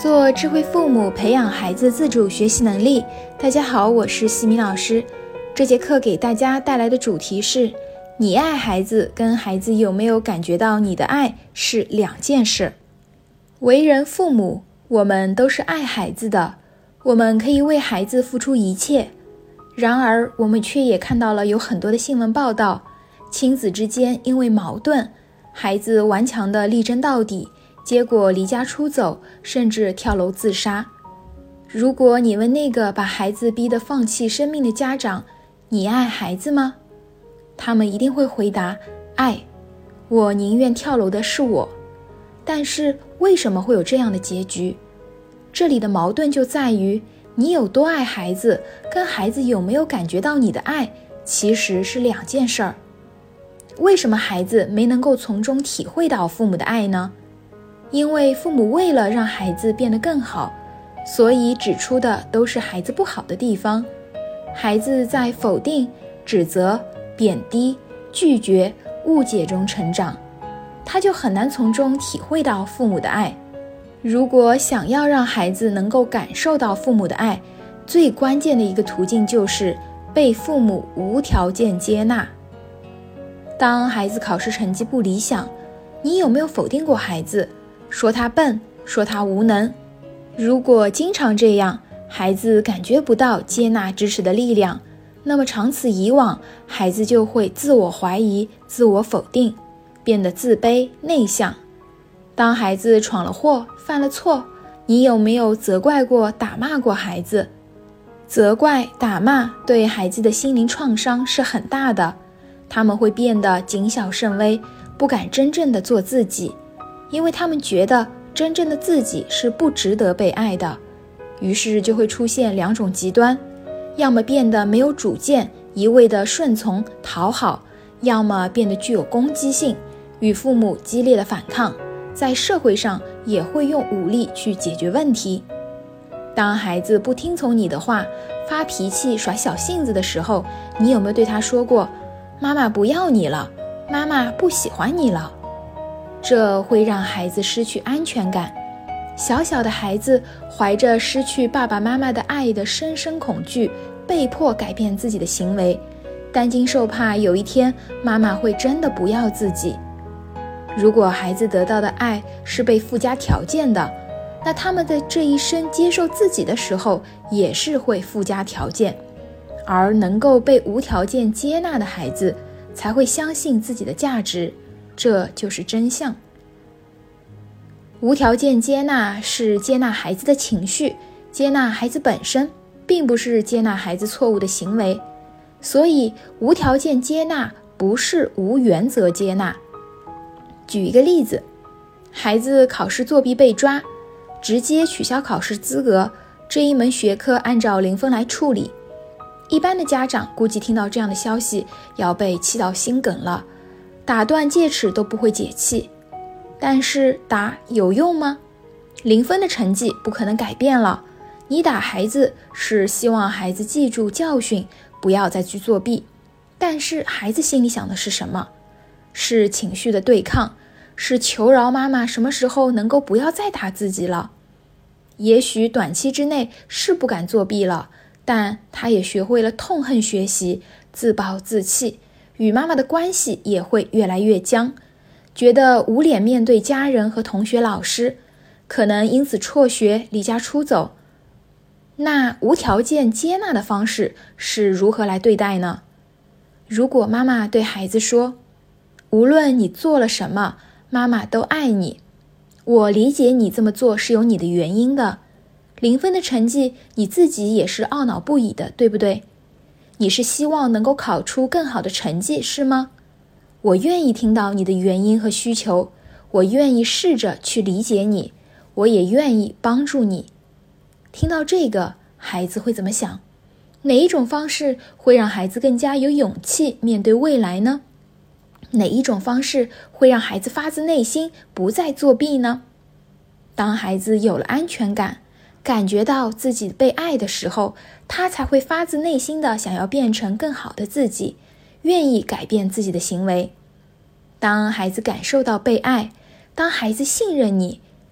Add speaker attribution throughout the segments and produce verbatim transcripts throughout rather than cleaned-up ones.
Speaker 1: 做智慧父母，培养孩子自主学习能力。大家好，我是西米老师。这节课给大家带来的主题是：你爱孩子跟孩子有没有感觉到你的爱是两件事。为人父母，我们都是爱孩子的，我们可以为孩子付出一切。然而，我们却也看到了有很多的新闻报道，亲子之间因为矛盾，孩子顽强地力争到底，结果离家出走，甚至跳楼自杀。如果你问那个把孩子逼得放弃生命的家长，你爱孩子吗？他们一定会回答，爱，我宁愿跳楼的是我。但是为什么会有这样的结局？这里的矛盾就在于，你有多爱孩子，跟孩子有没有感觉到你的爱，其实是两件事儿。为什么孩子没能够从中体会到父母的爱呢？因为父母为了让孩子变得更好，所以指出的都是孩子不好的地方。孩子在否定、指责、贬低、拒绝、误解中成长，他就很难从中体会到父母的爱。如果想要让孩子能够感受到父母的爱，最关键的一个途径就是被父母无条件接纳。当孩子考试成绩不理想，你有没有否定过孩子，说他笨，说他无能？如果经常这样，孩子感觉不到接纳支持的力量，那么长此以往，孩子就会自我怀疑、自我否定，变得自卑、内向。当孩子闯了祸、犯了错，你有没有责怪过、打骂过孩子？责怪、打骂对孩子的心灵创伤是很大的，他们会变得谨小慎微，不敢真正的做自己，因为他们觉得真正的自己是不值得被爱的，于是就会出现两种极端，要么变得没有主见，一味的顺从讨好，要么变得具有攻击性，与父母激烈的反抗，在社会上也会用武力去解决问题。当孩子不听从你的话，发脾气耍小性子的时候，你有没有对他说过，妈妈不要你了，妈妈不喜欢你了？这会让孩子失去安全感。小小的孩子怀着失去爸爸妈妈的爱的深深恐惧，被迫改变自己的行为，担惊受怕有一天妈妈会真的不要自己。如果孩子得到的爱是被附加条件的，那他们在这一生接受自己的时候也是会附加条件，而能够被无条件接纳的孩子才会相信自己的价值，这就是真相。无条件接纳是接纳孩子的情绪，接纳孩子本身，并不是接纳孩子错误的行为。所以无条件接纳不是无原则接纳。举一个例子，孩子考试作弊被抓，直接取消考试资格，这一门学科按照零分来处理。一般的家长估计听到这样的消息要被气到心梗了，打断戒尺都不会解气。但是打有用吗？零分的成绩不可能改变了，你打孩子是希望孩子记住教训，不要再去作弊。但是孩子心里想的是什么？是情绪的对抗，是求饶妈妈什么时候能够不要再打自己了。也许短期之内是不敢作弊了，但他也学会了痛恨学习，自暴自弃，与妈妈的关系也会越来越僵，觉得无脸面对家人和同学老师，可能因此辍学离家出走。那无条件接纳的方式是如何来对待呢？如果妈妈对孩子说，无论你做了什么，妈妈都爱你，我理解你这么做是有你的原因的，零分的成绩你自己也是懊恼不已的，对不对？你是希望能够考出更好的成绩，是吗？我愿意听到你的原因和需求，我愿意试着去理解你，我也愿意帮助你。听到这个，孩子会怎么想？哪一种方式会让孩子更加有勇气面对未来呢？哪一种方式会让孩子发自内心不再作弊呢？当孩子有了安全感，感觉到自己被爱的时候，他才会发自内心的想要变成更好的自己，愿意改变自己的行为。当孩子感受到被爱，当孩子信任你，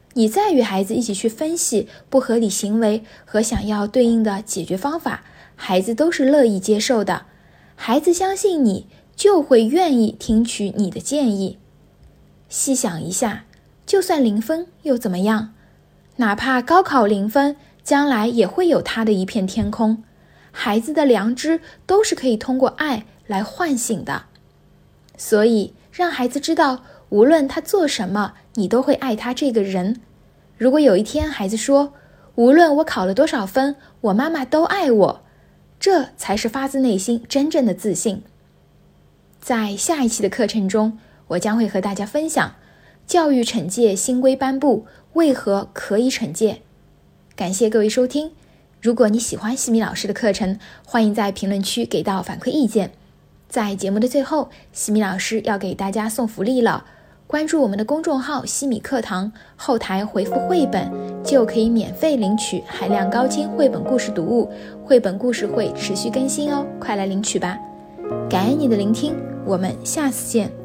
Speaker 1: 你再与孩子一起去分析不合理行为和想要对应的解决方法，孩子都是乐意接受的。孩子相信你，就会愿意听取你的建议。细想一下，就算零分又怎么样？哪怕高考零分，将来也会有他的一片天空。孩子的良知都是可以通过爱来唤醒的。所以让孩子知道，无论他做什么，你都会爱他这个人。如果有一天孩子说，无论我考了多少分，我妈妈都爱我，这才是发自内心真正的自信。在下一期的课程中，我将会和大家分享教育惩戒新规颁布，为何可以惩戒。感谢各位收听。如果你喜欢西米老师的课程，欢迎在评论区给到反馈意见。在节目的最后，西米老师要给大家送福利了。关注我们的公众号西米课堂，后台回复绘本，就可以免费领取海量高清绘本故事读物，绘本故事会持续更新哦，快来领取吧。感恩你的聆听，我们下次见。